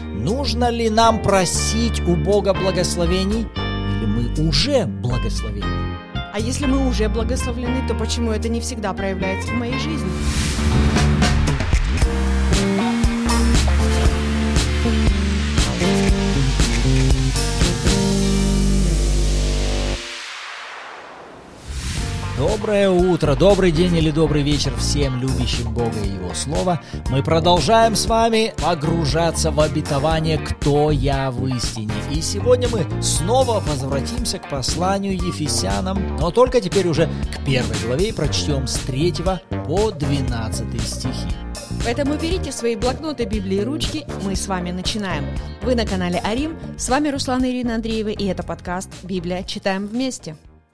нужно ли нам просить у Бога благословений, или мы уже благословенны? А если мы уже благословлены, то почему это не всегда проявляется в моей жизни? Доброе утро, добрый день или добрый вечер всем любящим Бога и Его Слово. Мы продолжаем с вами погружаться в обетование «Кто я в истине?». И сегодня мы снова возвратимся к посланию Ефесянам, но только теперь уже к 1 главе и прочтем с 3 по 12 стихи. Поэтому берите свои блокноты, Библии и ручки, мы с вами начинаем. Вы на канале Арим, с вами Руслан и Ирина Андреевы, и это подкаст «Библия. Читаем вместе».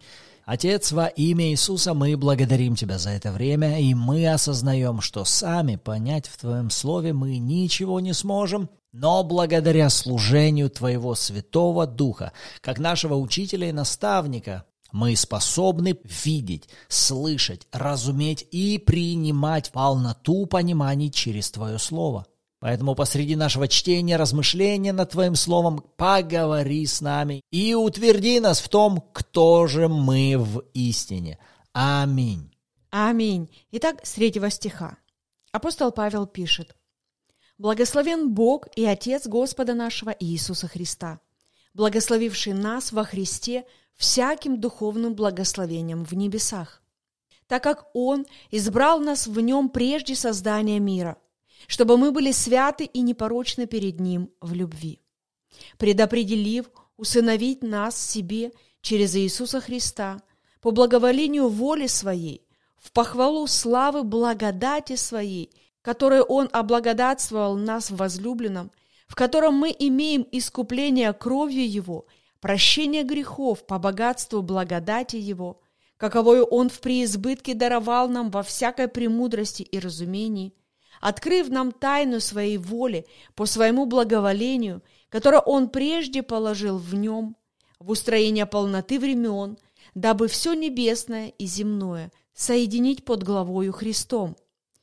Отец, во имя Иисуса мы благодарим Тебя за это время, и мы осознаем, что сами понять в Твоем Слове мы ничего не сможем, но благодаря служению Твоего Святого Духа, как нашего учителя и наставника, мы способны видеть, слышать, разуметь и принимать полноту пониманий через Твое Слово. Поэтому посреди нашего чтения, размышления над Твоим Словом поговори с нами и утверди нас в том, кто же мы в истине. Аминь. Аминь. Итак, с 3 стиха. Апостол Павел пишет: «Благословен Бог и Отец Господа нашего Иисуса Христа, благословивший нас во Христе всяким духовным благословением в небесах, так как Он избрал нас в Нем прежде создания мира, чтобы мы были святы и непорочны перед Ним в любви, предопределив усыновить нас себе через Иисуса Христа по благоволению воли Своей, в похвалу славы благодати Своей, которой Он облагодатствовал нас в возлюбленном, в котором мы имеем искупление кровью Его, прощение грехов по богатству благодати Его, каковою Он в преизбытке даровал нам во всякой премудрости и разумении, открыв нам тайну Своей воли по Своему благоволению, которое Он прежде положил в Нем, в устроение полноты времен, дабы все небесное и земное соединить под главою Христом.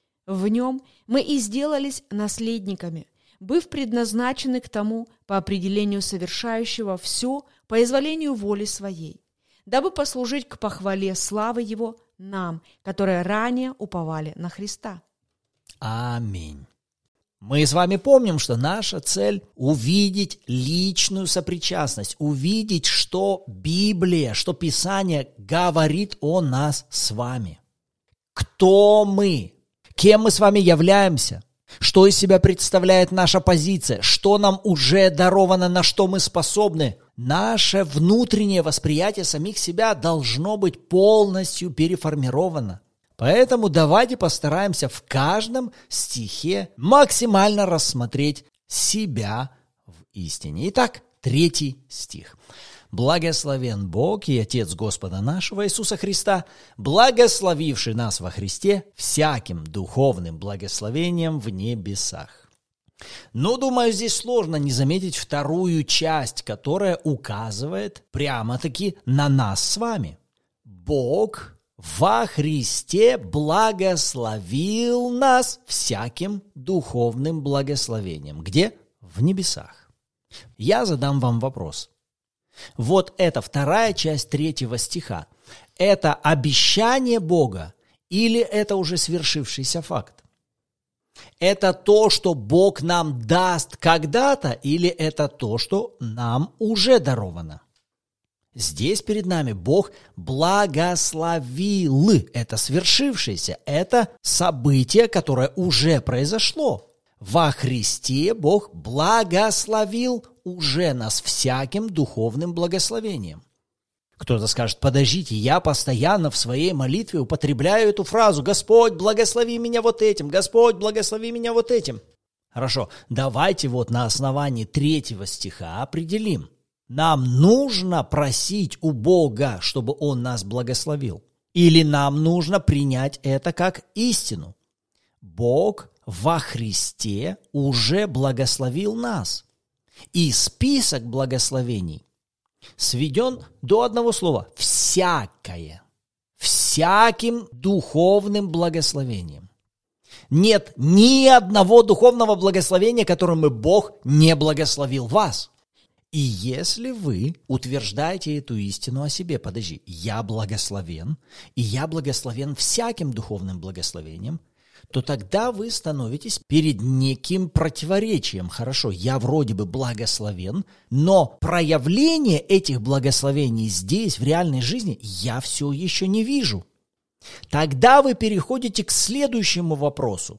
В Нем мы и сделались наследниками, быв предназначены к тому по определению совершающего все по изволению воли Своей, дабы послужить к похвале славы Его нам, которые ранее уповали на Христа». Аминь. Мы с вами помним, что наша цель – увидеть личную сопричастность, увидеть, что Библия, что Писание говорит о нас с вами. Кто мы? Кем мы с вами являемся? Что из себя представляет наша позиция? Что нам уже даровано, на что мы способны? Наше внутреннее восприятие самих себя должно быть полностью переформировано. Поэтому давайте постараемся в каждом стихе максимально рассмотреть себя в истине. Итак, 3 стих. «Благословен Бог и Отец Господа нашего Иисуса Христа, благословивший нас во Христе всяким духовным благословением в небесах». Думаю, здесь сложно не заметить вторую часть, которая указывает прямо-таки на нас с вами. Бог во Христе благословил нас всяким духовным благословением. Где? В небесах. Я задам вам вопрос. Вот эта вторая часть 3 стиха. Это обещание Бога или это уже свершившийся факт? Это то, что Бог нам даст когда-то, или это то, что нам уже даровано? Здесь перед нами Бог благословил. Это свершившееся, это событие, которое уже произошло. Во Христе Бог благословил уже нас всяким духовным благословением. Кто-то скажет: подождите, я постоянно в своей молитве употребляю эту фразу: «Господь, благослови меня вот этим, Господь, благослови меня вот этим». Хорошо, давайте вот на основании 3 стиха определим. Нам нужно просить у Бога, чтобы Он нас благословил? Или нам нужно принять это как истину? Бог во Христе уже благословил нас. И список благословений сведен до одного слова – всякое. Всяким духовным благословением. Нет ни одного духовного благословения, которым Бог не благословил вас. И если вы утверждаете эту истину о себе, подожди, я благословен, и я благословен всяким духовным благословением, то тогда вы становитесь перед неким противоречием. Хорошо, я вроде бы благословен, но проявление этих благословений здесь, в реальной жизни, я все еще не вижу. Тогда вы переходите к следующему вопросу.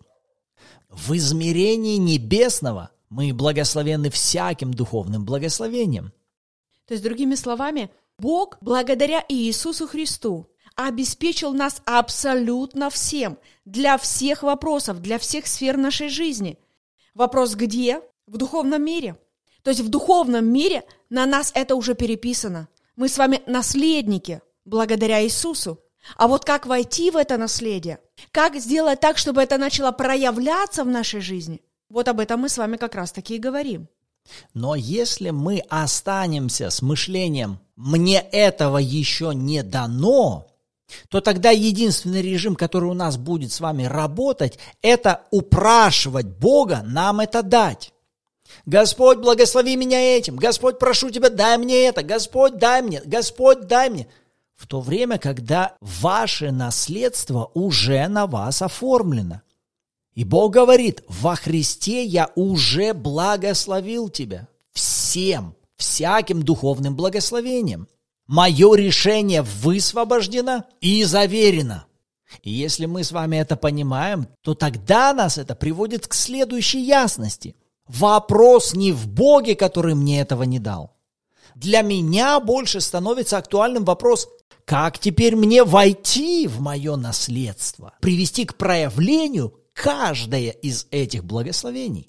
В измерении небесного мы благословенны всяким духовным благословением. То есть, другими словами, Бог, благодаря Иисусу Христу, обеспечил нас абсолютно всем, для всех вопросов, для всех сфер нашей жизни. Вопрос где? В духовном мире. То есть в духовном мире на нас это уже переписано. Мы с вами наследники, благодаря Иисусу. А вот как войти в это наследие? Как сделать так, чтобы это начало проявляться в нашей жизни? Вот об этом мы с вами как раз-таки и говорим. Но если мы останемся с мышлением «мне этого еще не дано», то тогда единственный режим, который у нас будет с вами работать, это упрашивать Бога нам это дать. Господь, благослови меня этим. Господь, прошу тебя, дай мне это. Господь, дай мне. Господь, дай мне. В то время, когда ваше наследство уже на вас оформлено. И Бог говорит, во Христе я уже благословил тебя всем, всяким духовным благословением. Мое решение высвобождено и заверено. И если мы с вами это понимаем, то тогда нас это приводит к следующей ясности. Вопрос не в Боге, который мне этого не дал. Для меня больше становится актуальным вопрос, как теперь мне войти в мое наследство, привести к проявлению каждое из этих благословений.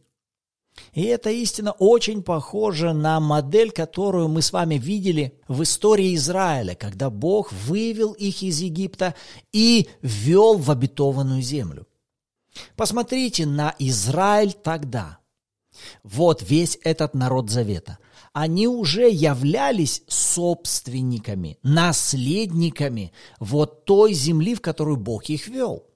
И эта истина очень похожа на модель, которую мы с вами видели в истории Израиля, когда Бог вывел их из Египта и ввел в обетованную землю. Посмотрите на Израиль тогда. Вот весь этот народ завета. Они уже являлись собственниками, наследниками вот той земли, в которую Бог их ввел.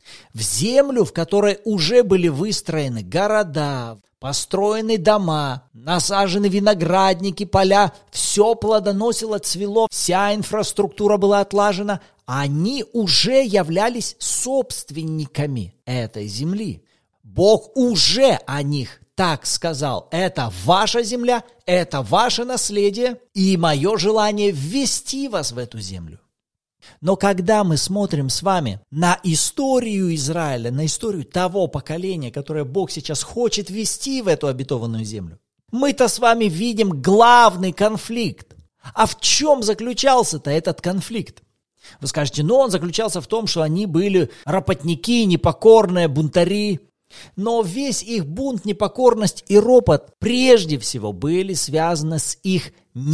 В землю, в которой уже были выстроены города, построены дома, насажены виноградники, поля, все плодоносило, цвело, вся инфраструктура была отлажена, они уже являлись собственниками этой земли. Бог уже о них так сказал: это ваша земля, это ваше наследие, и мое желание ввести вас в эту землю. Но когда мы смотрим с вами на историю Израиля, на историю того поколения, которое Бог сейчас хочет ввести в эту обетованную землю, мы-то с вами видим главный конфликт. А в чем заключался-то этот конфликт? Вы скажете, он заключался в том, что они были ропотники, непокорные, бунтари. Но весь их бунт, непокорность и ропот прежде всего были связаны с их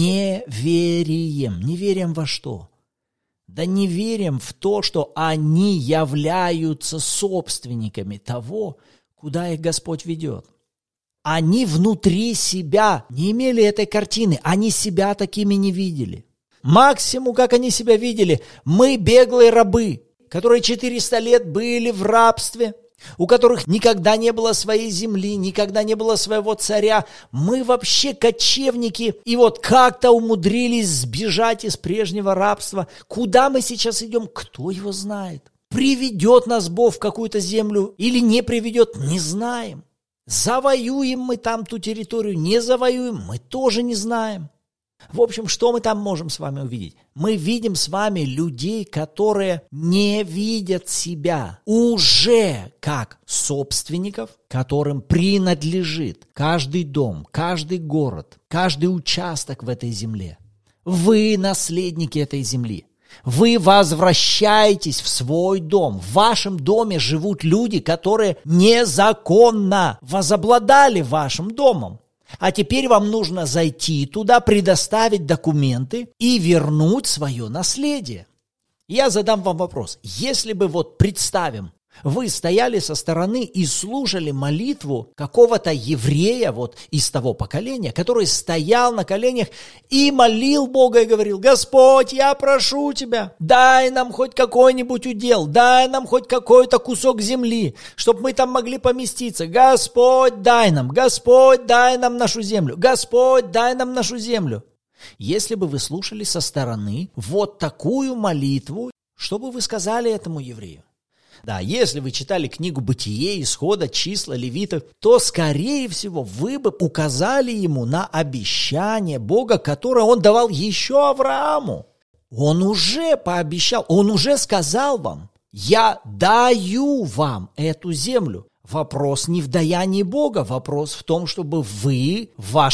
неверием. Неверием во что? Да неверием в то, что они являются собственниками того, куда их Господь ведет. Они внутри себя не имели этой картины, они себя такими не видели. Максимум, как они себя видели, мы беглые рабы, которые 400 лет были в рабстве, у которых никогда не было своей земли, никогда не было своего царя. Мы вообще кочевники, и вот как-то умудрились сбежать из прежнего рабства. Куда мы сейчас идем, кто его знает? Приведет нас Бог в какую-то землю или не приведет, не знаем. Завоюем мы там ту территорию, не завоюем, мы тоже не знаем. В общем, что мы там можем с вами увидеть? Мы видим с вами людей, которые не видят себя уже как собственников, которым принадлежит каждый дом, каждый город, каждый участок в этой земле. Вы наследники этой земли. Вы возвращаетесь в свой дом. В вашем доме живут люди, которые незаконно возобладали вашим домом. А теперь вам нужно зайти туда, предоставить документы и вернуть свое наследие. Я задам вам вопрос. Если бы представим, Вы стояли со стороны и слушали молитву какого-то еврея вот из того поколения, который стоял на коленях и молил Бога и говорил: «Господь, я прошу Тебя, дай нам хоть какой-нибудь удел, дай нам хоть какой-то кусок земли, чтобы мы там могли поместиться. Господь, дай нам нашу землю, Господь, дай нам нашу землю». Если бы вы слушали со стороны вот такую молитву, что бы вы сказали этому еврею? Да, если вы читали книгу «Бытие», «Исхода», «Числа», «Левитов», то, скорее всего, вы бы указали ему на обещание Бога, которое он давал еще Аврааму. Он уже пообещал, он уже сказал вам: «Я даю вам эту землю». Вопрос не в даянии Бога, вопрос в том, чтобы вы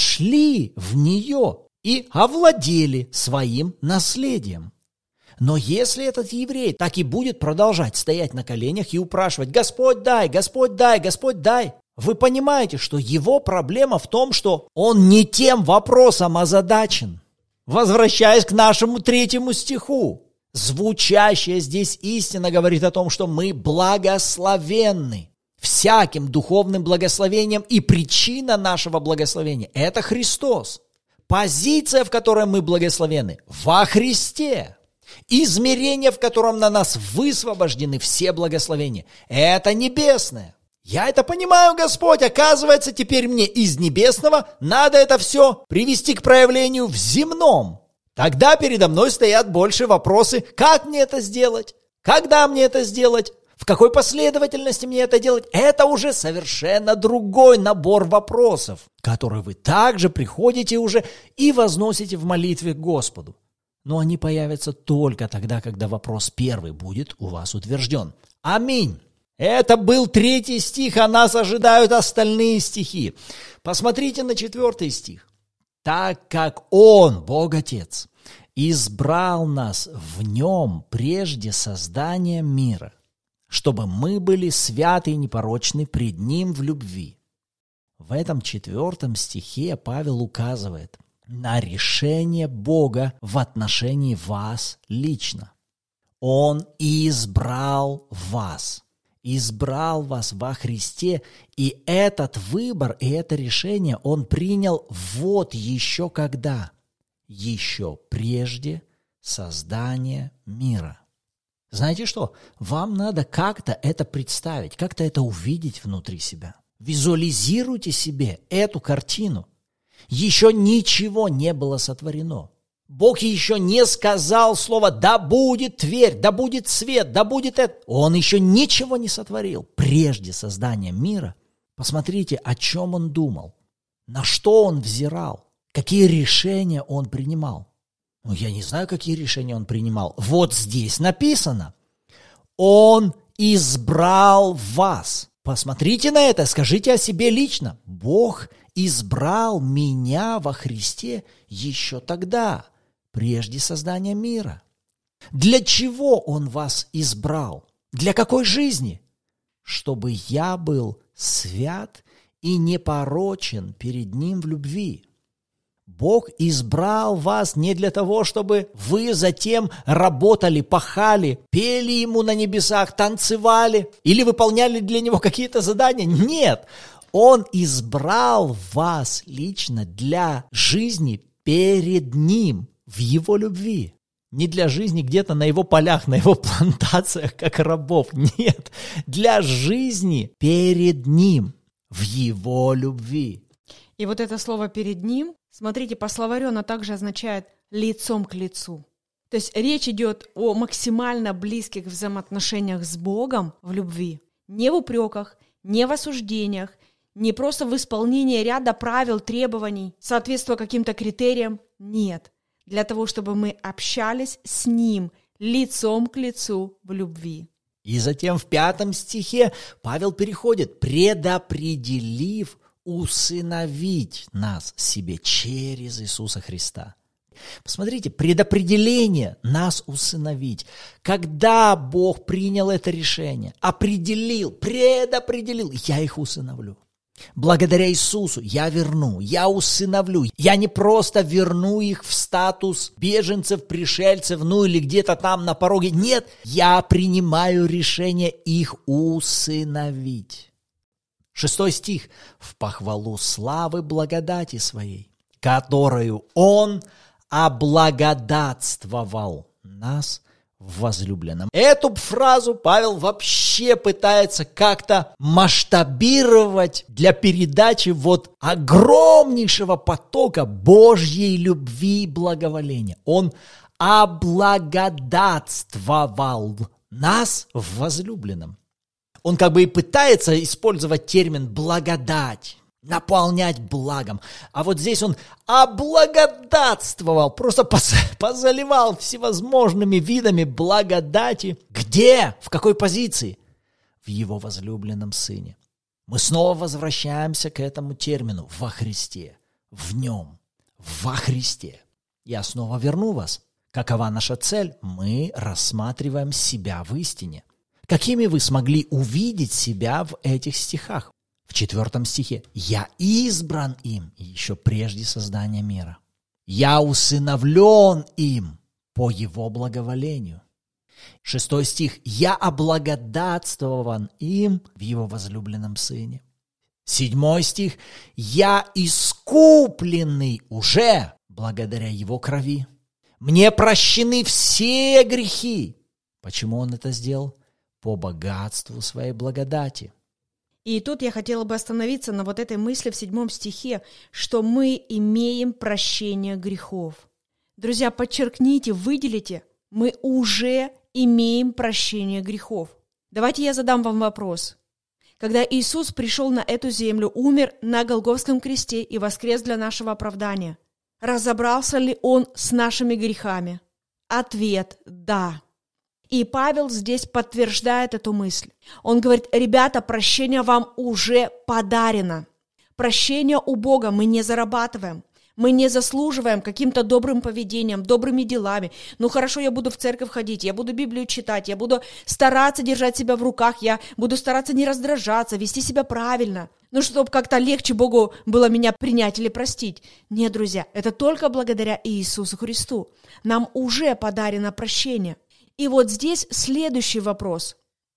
вошли в нее и овладели своим наследием. Но если этот еврей так и будет продолжать стоять на коленях и упрашивать: «Господь, дай, Господь, дай, Господь, дай», вы понимаете, что его проблема в том, что он не тем вопросом озадачен. Возвращаясь к нашему 3 стиху, звучащая здесь истина говорит о том, что мы благословенны всяким духовным благословением, и причина нашего благословения – это Христос. Позиция, в которой мы благословены, во Христе. Измерение, в котором на нас высвобождены все благословения, это небесное. Я это понимаю, Господь, оказывается, теперь мне из небесного надо это все привести к проявлению в земном. Тогда передо мной стоят больше вопросы: как мне это сделать? Когда мне это сделать? В какой последовательности мне это делать? Это уже совершенно другой набор вопросов, которые вы также приходите уже и возносите в молитве к Господу. Но они появятся только тогда, когда вопрос первый будет у вас утвержден. Аминь. Это был 3 стих, а нас ожидают остальные стихи. Посмотрите на 4 стих. «Так как Он, Бог Отец, избрал нас в Нем прежде создания мира, чтобы мы были святы и непорочны пред Ним в любви». В этом 4 стихе Павел указывает на решение Бога в отношении вас лично. Он избрал вас во Христе, и этот выбор, и это решение Он принял вот еще когда, еще прежде создания мира. Знаете что? Вам надо как-то это представить, как-то это увидеть внутри себя. Визуализируйте себе эту картину. Еще ничего не было сотворено. Бог еще не сказал слово «да будет Тверь», «да будет свет», «да будет это». Он еще ничего не сотворил прежде создания мира. Посмотрите, о чем Он думал, на что Он взирал, какие решения Он принимал. Я не знаю, какие решения Он принимал. Вот здесь написано: Он избрал вас. Посмотрите на это, скажите о себе лично: Бог избрал меня во Христе еще тогда, прежде создания мира. Для чего Он вас избрал? Для какой жизни? Чтобы я был свят и непорочен перед Ним в любви. Бог избрал вас не для того, чтобы вы затем работали, пахали, пели Ему на небесах, танцевали или выполняли для Него какие-то задания. Нет, Он избрал вас лично для жизни перед Ним в Его любви. Не для жизни где-то на Его полях, на Его плантациях, как рабов. Нет, для жизни перед Ним в Его любви. И вот это слово «перед Ним», смотрите, по словарю оно также означает «лицом к лицу». То есть речь идет о максимально близких взаимоотношениях с Богом в любви. Не в упреках, не в осуждениях, не просто в исполнении ряда правил, требований, соответствуя каким-то критериям. Нет. Для того, чтобы мы общались с Ним лицом к лицу в любви. И затем в 5 стихе Павел переходит: предопределив усыновить нас себе через Иисуса Христа. Посмотрите, предопределение нас усыновить. Когда Бог принял это решение, предопределил, я их усыновлю. Благодаря Иисусу я верну, я усыновлю. Я не просто верну их в статус беженцев, пришельцев, или где-то там на пороге. Нет, я принимаю решение их усыновить. 6 стих. В похвалу славы благодати своей, которую Он облагодатствовал нас в возлюбленном. Эту фразу Павел вообще пытается как-то масштабировать для передачи огромнейшего потока Божьей любви и благоволения. Он облагодатствовал нас в возлюбленном. Он как бы и пытается использовать термин «благодать», наполнять благом. А здесь он облагодатствовал, просто позаливал всевозможными видами благодати. Где? В какой позиции? В его возлюбленном Сыне. Мы снова возвращаемся к этому термину «во Христе», в Нем, во Христе. Я снова верну вас. Какова наша цель? Мы рассматриваем себя в истине. Какими вы смогли увидеть себя в этих стихах? В 4 стихе «Я избран им еще прежде создания мира. Я усыновлен им по его благоволению». 6 стих «Я облагодатствован им в его возлюбленном Сыне». 7 стих «Я искупленный уже благодаря его крови. Мне прощены все грехи». Почему он это сделал? По богатству своей благодати. И тут я хотела бы остановиться на этой мысли в 7 стихе, что мы имеем прощение грехов. Друзья, подчеркните, выделите, мы уже имеем прощение грехов. Давайте я задам вам вопрос. Когда Иисус пришел на эту землю, умер на Голгофском кресте и воскрес для нашего оправдания, разобрался ли Он с нашими грехами? Ответ – да. И Павел здесь подтверждает эту мысль. Он говорит: ребята, прощение вам уже подарено. Прощение у Бога мы не зарабатываем. Мы не заслуживаем каким-то добрым поведением, добрыми делами. Хорошо, я буду в церковь ходить, я буду Библию читать, я буду стараться держать себя в руках, я буду стараться не раздражаться, вести себя правильно. Чтобы как-то легче Богу было меня принять или простить. Нет, друзья, это только благодаря Иисусу Христу. Нам уже подарено прощение. И здесь следующий вопрос.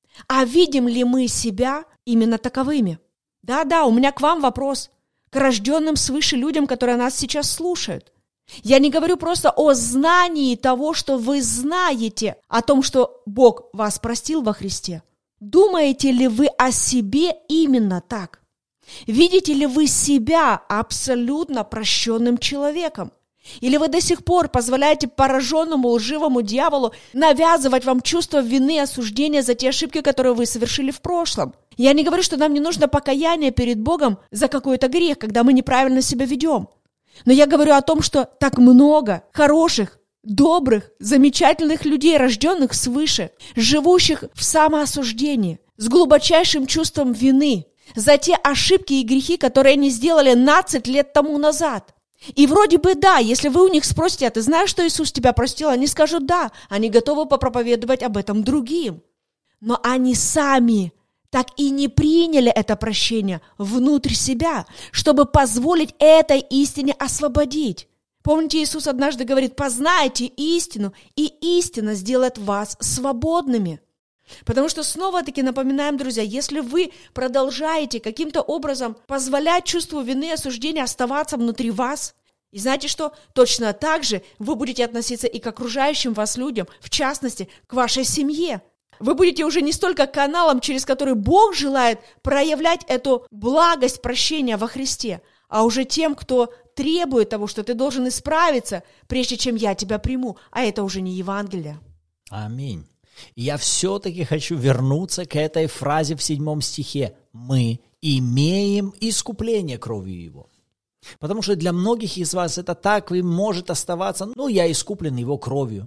А видим ли мы себя именно таковыми? Да, у меня к вам вопрос. К рожденным свыше людям, которые нас сейчас слушают. Я не говорю просто о знании того, что вы знаете, о том, что Бог вас простил во Христе. Думаете ли вы о себе именно так? Видите ли вы себя абсолютно прощенным человеком? Или вы до сих пор позволяете пораженному лживому дьяволу навязывать вам чувство вины и осуждения за те ошибки, которые вы совершили в прошлом? Я не говорю, что нам не нужно покаяние перед Богом за какой-то грех, когда мы неправильно себя ведем. Но я говорю о том, что так много хороших, добрых, замечательных людей, рожденных свыше, живущих в самоосуждении, с глубочайшим чувством вины за те ошибки и грехи, которые они сделали 15 лет тому назад. И вроде бы да, если вы у них спросите: а ты знаешь, что Иисус тебя простил? Они скажут да, они готовы попроповедовать об этом другим. Но они сами так и не приняли это прощение внутрь себя, чтобы позволить этой истине освободить. Помните, Иисус однажды говорит: познайте истину, и истина сделает вас свободными. Потому что снова-таки напоминаем, друзья, если вы продолжаете каким-то образом позволять чувству вины и осуждения оставаться внутри вас, и знаете что? Точно так же вы будете относиться и к окружающим вас людям, в частности, к вашей семье. Вы будете уже не столько каналом, через который Бог желает проявлять эту благость прощения во Христе, а уже тем, кто требует того, что ты должен исправиться, прежде чем я тебя приму, а это уже не Евангелие. Аминь. И я все-таки хочу вернуться к этой фразе в 7 стихе. Мы имеем искупление кровью Его. Потому что для многих из вас это так и может оставаться: я искуплен Его кровью.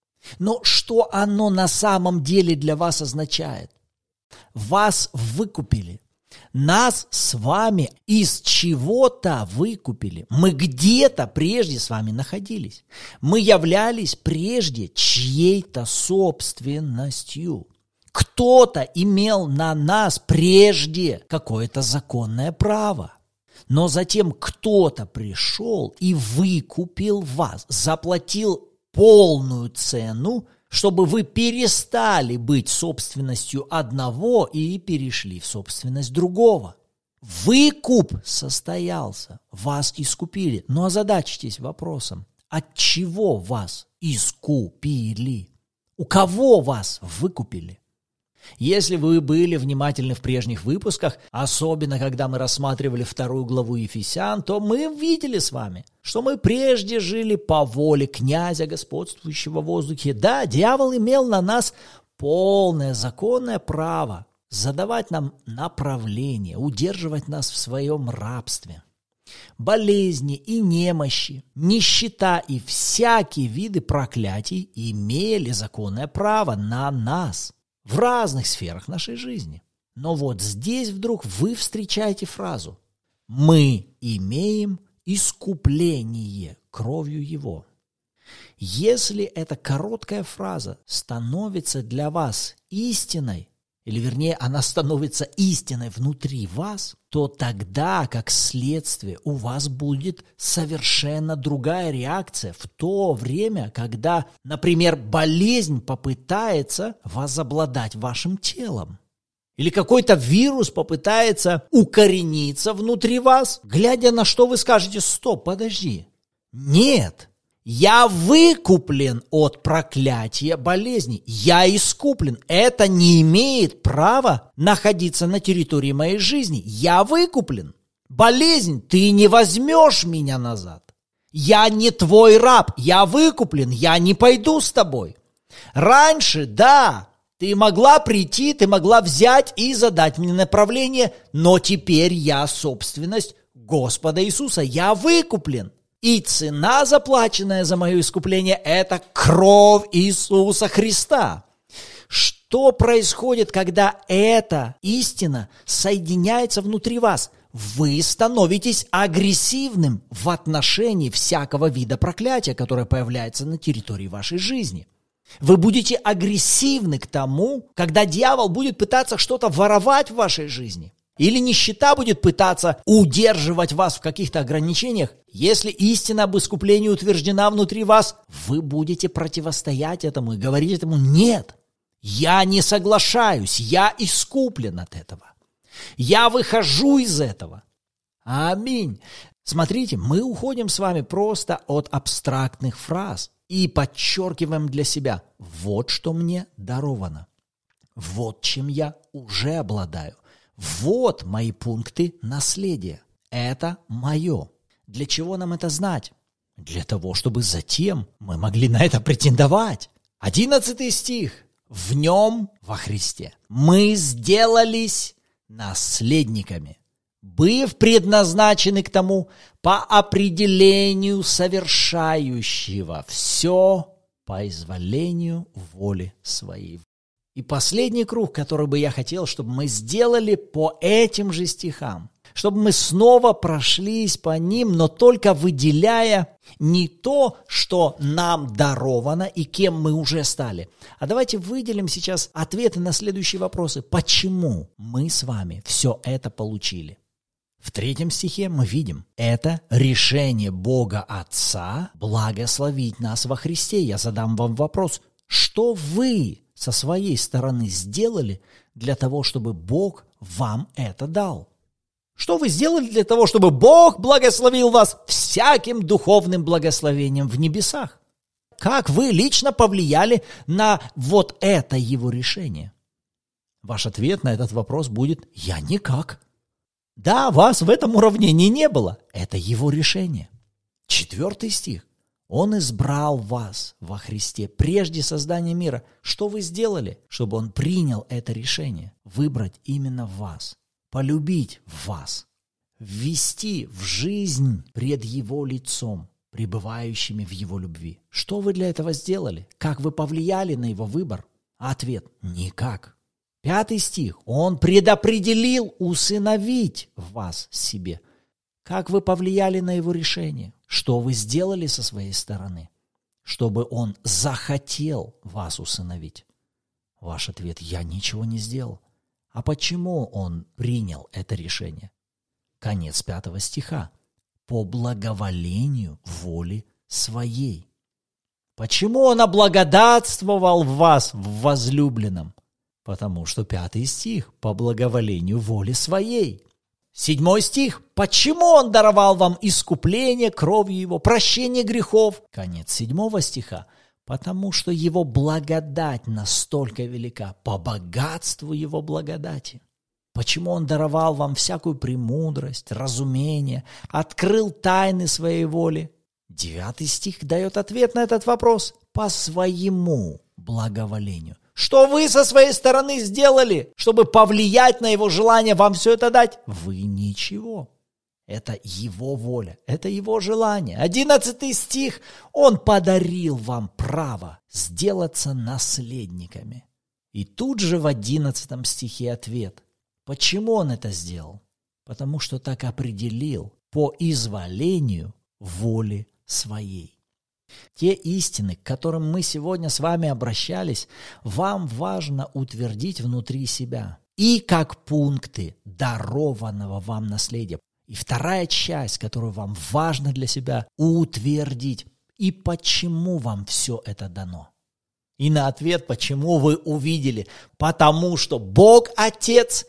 Но что оно на самом деле для вас означает? Вас выкупили. Нас с вами из чего-то выкупили. Мы где-то прежде с вами находились. Мы являлись прежде чьей-то собственностью. Кто-то имел на нас прежде какое-то законное право. Но затем кто-то пришел и выкупил вас, заплатил полную цену, чтобы вы перестали быть собственностью одного и перешли в собственность другого. Выкуп состоялся, вас искупили. Но озадачьтесь вопросом, от чего вас искупили? У кого вас выкупили? Если вы были внимательны в прежних выпусках, особенно когда мы рассматривали 2 главу Ефесян, то мы видели с вами, что мы прежде жили по воле князя, господствующего в воздухе. Да, дьявол имел на нас полное законное право задавать нам направление, удерживать нас в своем рабстве. Болезни и немощи, нищета и всякие виды проклятий имели законное право на нас в разных сферах нашей жизни. Но вот здесь вдруг вы встречаете фразу «Мы имеем искупление кровью Его». Если эта короткая фраза становится для вас истиной, или вернее, она становится истиной внутри вас, то тогда, как следствие, у вас будет совершенно другая реакция в то время, когда, например, болезнь попытается возобладать вашим телом. Или какой-то вирус попытается укорениться внутри вас, глядя на что вы скажете: «Стоп, подожди, нет». Я выкуплен от проклятия болезни. Я искуплен. Это не имеет права находиться на территории моей жизни. Я выкуплен. Болезнь, ты не возьмешь меня назад. Я не твой раб. Я выкуплен. Я не пойду с тобой. Раньше, да, ты могла прийти, ты могла взять и задать мне направление, но теперь я собственность Господа Иисуса. Я выкуплен. И цена, заплаченная за мое искупление, это кровь Иисуса Христа. Что происходит, когда эта истина соединяется внутри вас? Вы становитесь агрессивным в отношении всякого вида проклятия, которое появляется на территории вашей жизни. Вы будете агрессивны к тому, когда дьявол будет пытаться что-то воровать в вашей жизни. Или нищета будет пытаться удерживать вас в каких-то ограничениях. Если истина об искуплении утверждена внутри вас, вы будете противостоять этому и говорить этому: «Нет, я не соглашаюсь, я искуплен от этого. Я выхожу из этого». Аминь. Смотрите, мы уходим с вами просто от абстрактных фраз и подчеркиваем для себя: вот что мне даровано, вот чем я уже обладаю. Вот мои пункты наследия. Это мое. Для чего нам это знать? Для того, чтобы затем мы могли на это претендовать. 11 стих. В нем, во Христе, мы сделались наследниками, быв предназначены к тому по определению совершающего все по изволению воли своей. И последний круг, который бы я хотел, чтобы мы сделали по этим же стихам, чтобы мы снова прошлись по ним, но только выделяя не то, что нам даровано и кем мы уже стали. А давайте выделим сейчас ответы на следующие вопросы. Почему мы с вами все это получили? В 3 стихе мы видим, это решение Бога Отца благословить нас во Христе. Я задам вам вопрос: что вы со своей стороны сделали для того, чтобы Бог вам это дал? Что вы сделали для того, чтобы Бог благословил вас всяким духовным благословением в небесах? Как вы лично повлияли на вот это его решение? Ваш ответ на этот вопрос будет: я никак. Да, вас в этом уравнении не было. Это его решение. 4 стих. Он избрал вас во Христе прежде создания мира. Что вы сделали, чтобы Он принял это решение? Выбрать именно вас, полюбить вас, ввести в жизнь пред Его лицом, пребывающими в Его любви. Что вы для этого сделали? Как вы повлияли на Его выбор? Ответ – никак. 5 стих. Он предопределил усыновить вас себе. Как вы повлияли на Его решение? Что вы сделали со своей стороны, чтобы Он захотел вас усыновить? Ваш ответ: я ничего не сделал. А почему он принял это решение? Конец 5 стиха. По благоволению воли своей. Почему он облагодатствовал вас в возлюбленном? Потому что 5 стих. По благоволению воли своей. 7 стих. Почему он даровал вам искупление кровью его, прощение грехов? Конец 7 стиха. Потому что его благодать настолько велика, по богатству его благодати. Почему он даровал вам всякую премудрость, разумение, открыл тайны своей воли? 9 стих дает ответ на этот вопрос: по своему благоволению. Что вы со своей стороны сделали, чтобы повлиять на его желание вам все это дать? Вы ничего. Это его воля, это его желание. 11 стих. Он подарил вам право сделаться наследниками. И тут же в 11 стихе ответ. Почему он это сделал? Потому что так определил по изволению воли своей. Те истины, к которым мы сегодня с вами обращались, вам важно утвердить внутри себя. И как пункты дарованного вам наследия. И вторая часть, которую вам важно для себя утвердить. И почему вам все это дано? И на ответ, почему вы увидели. Потому что Бог Отец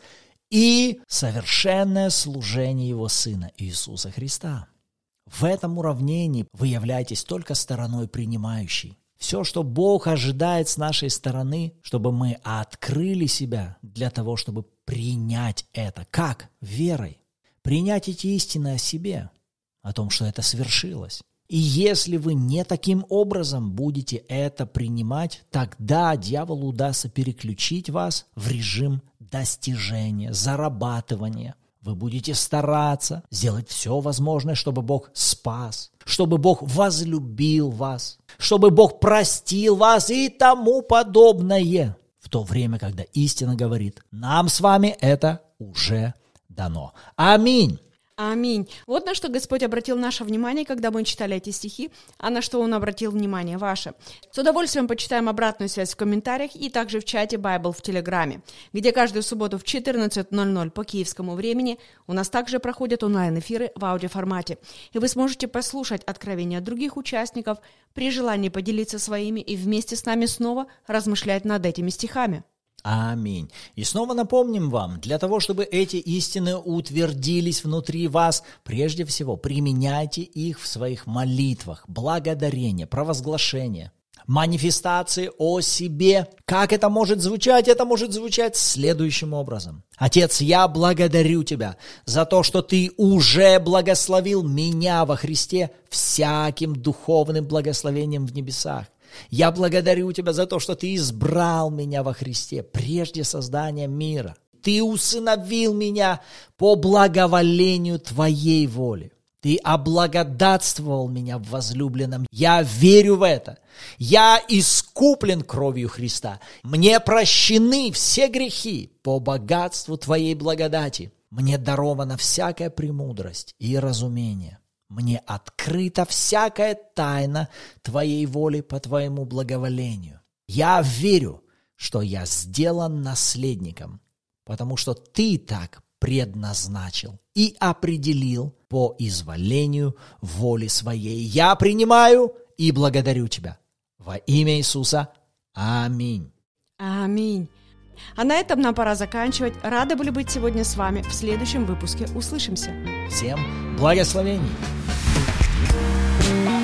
и совершенное служение Его Сына Иисуса Христа. В этом уравнении вы являетесь только стороной принимающей. Все, что Бог ожидает с нашей стороны, чтобы мы открыли себя для того, чтобы принять это. Как? Верой. Принять эти истины о себе, о том, что это свершилось. И если вы не таким образом будете это принимать, тогда дьяволу удастся переключить вас в режим достижения, зарабатывания. Вы будете стараться сделать все возможное, чтобы Бог спас, чтобы Бог возлюбил вас, чтобы Бог простил вас и тому подобное. В то время, когда истина говорит: нам с вами это уже дано. Аминь. Аминь. Вот на что Господь обратил наше внимание, когда мы читали эти стихи, а на что Он обратил внимание ваше. С удовольствием почитаем обратную связь в комментариях и также в чате Bible в Телеграме, где каждую субботу в 14:00 по киевскому времени у нас также проходят онлайн-эфиры в аудиоформате. И вы сможете послушать откровения других участников, при желании поделиться своими и вместе с нами снова размышлять над этими стихами. Аминь. И снова напомним вам, для того, чтобы эти истины утвердились внутри вас, прежде всего применяйте их в своих молитвах, благодарения, провозглашения, манифестации о себе. Как это может звучать? Это может звучать следующим образом. Отец, я благодарю Тебя за то, что Ты уже благословил меня во Христе всяким духовным благословением в небесах. Я благодарю Тебя за то, что Ты избрал меня во Христе прежде создания мира. Ты усыновил меня по благоволению Твоей воли. Ты облагодатствовал меня в возлюбленном. Я верю в это. Я искуплен кровью Христа. Мне прощены все грехи по богатству Твоей благодати. Мне дарована всякая премудрость и разумение. Мне открыта всякая тайна Твоей воли по Твоему благоволению. Я верю, что я сделан наследником, потому что Ты так предназначил и определил по изволению воли Своей. Я принимаю и благодарю Тебя. Во имя Иисуса. Аминь. Аминь. А на этом нам пора заканчивать. Рады были быть сегодня с вами. В следующем выпуске услышимся. Всем благословений.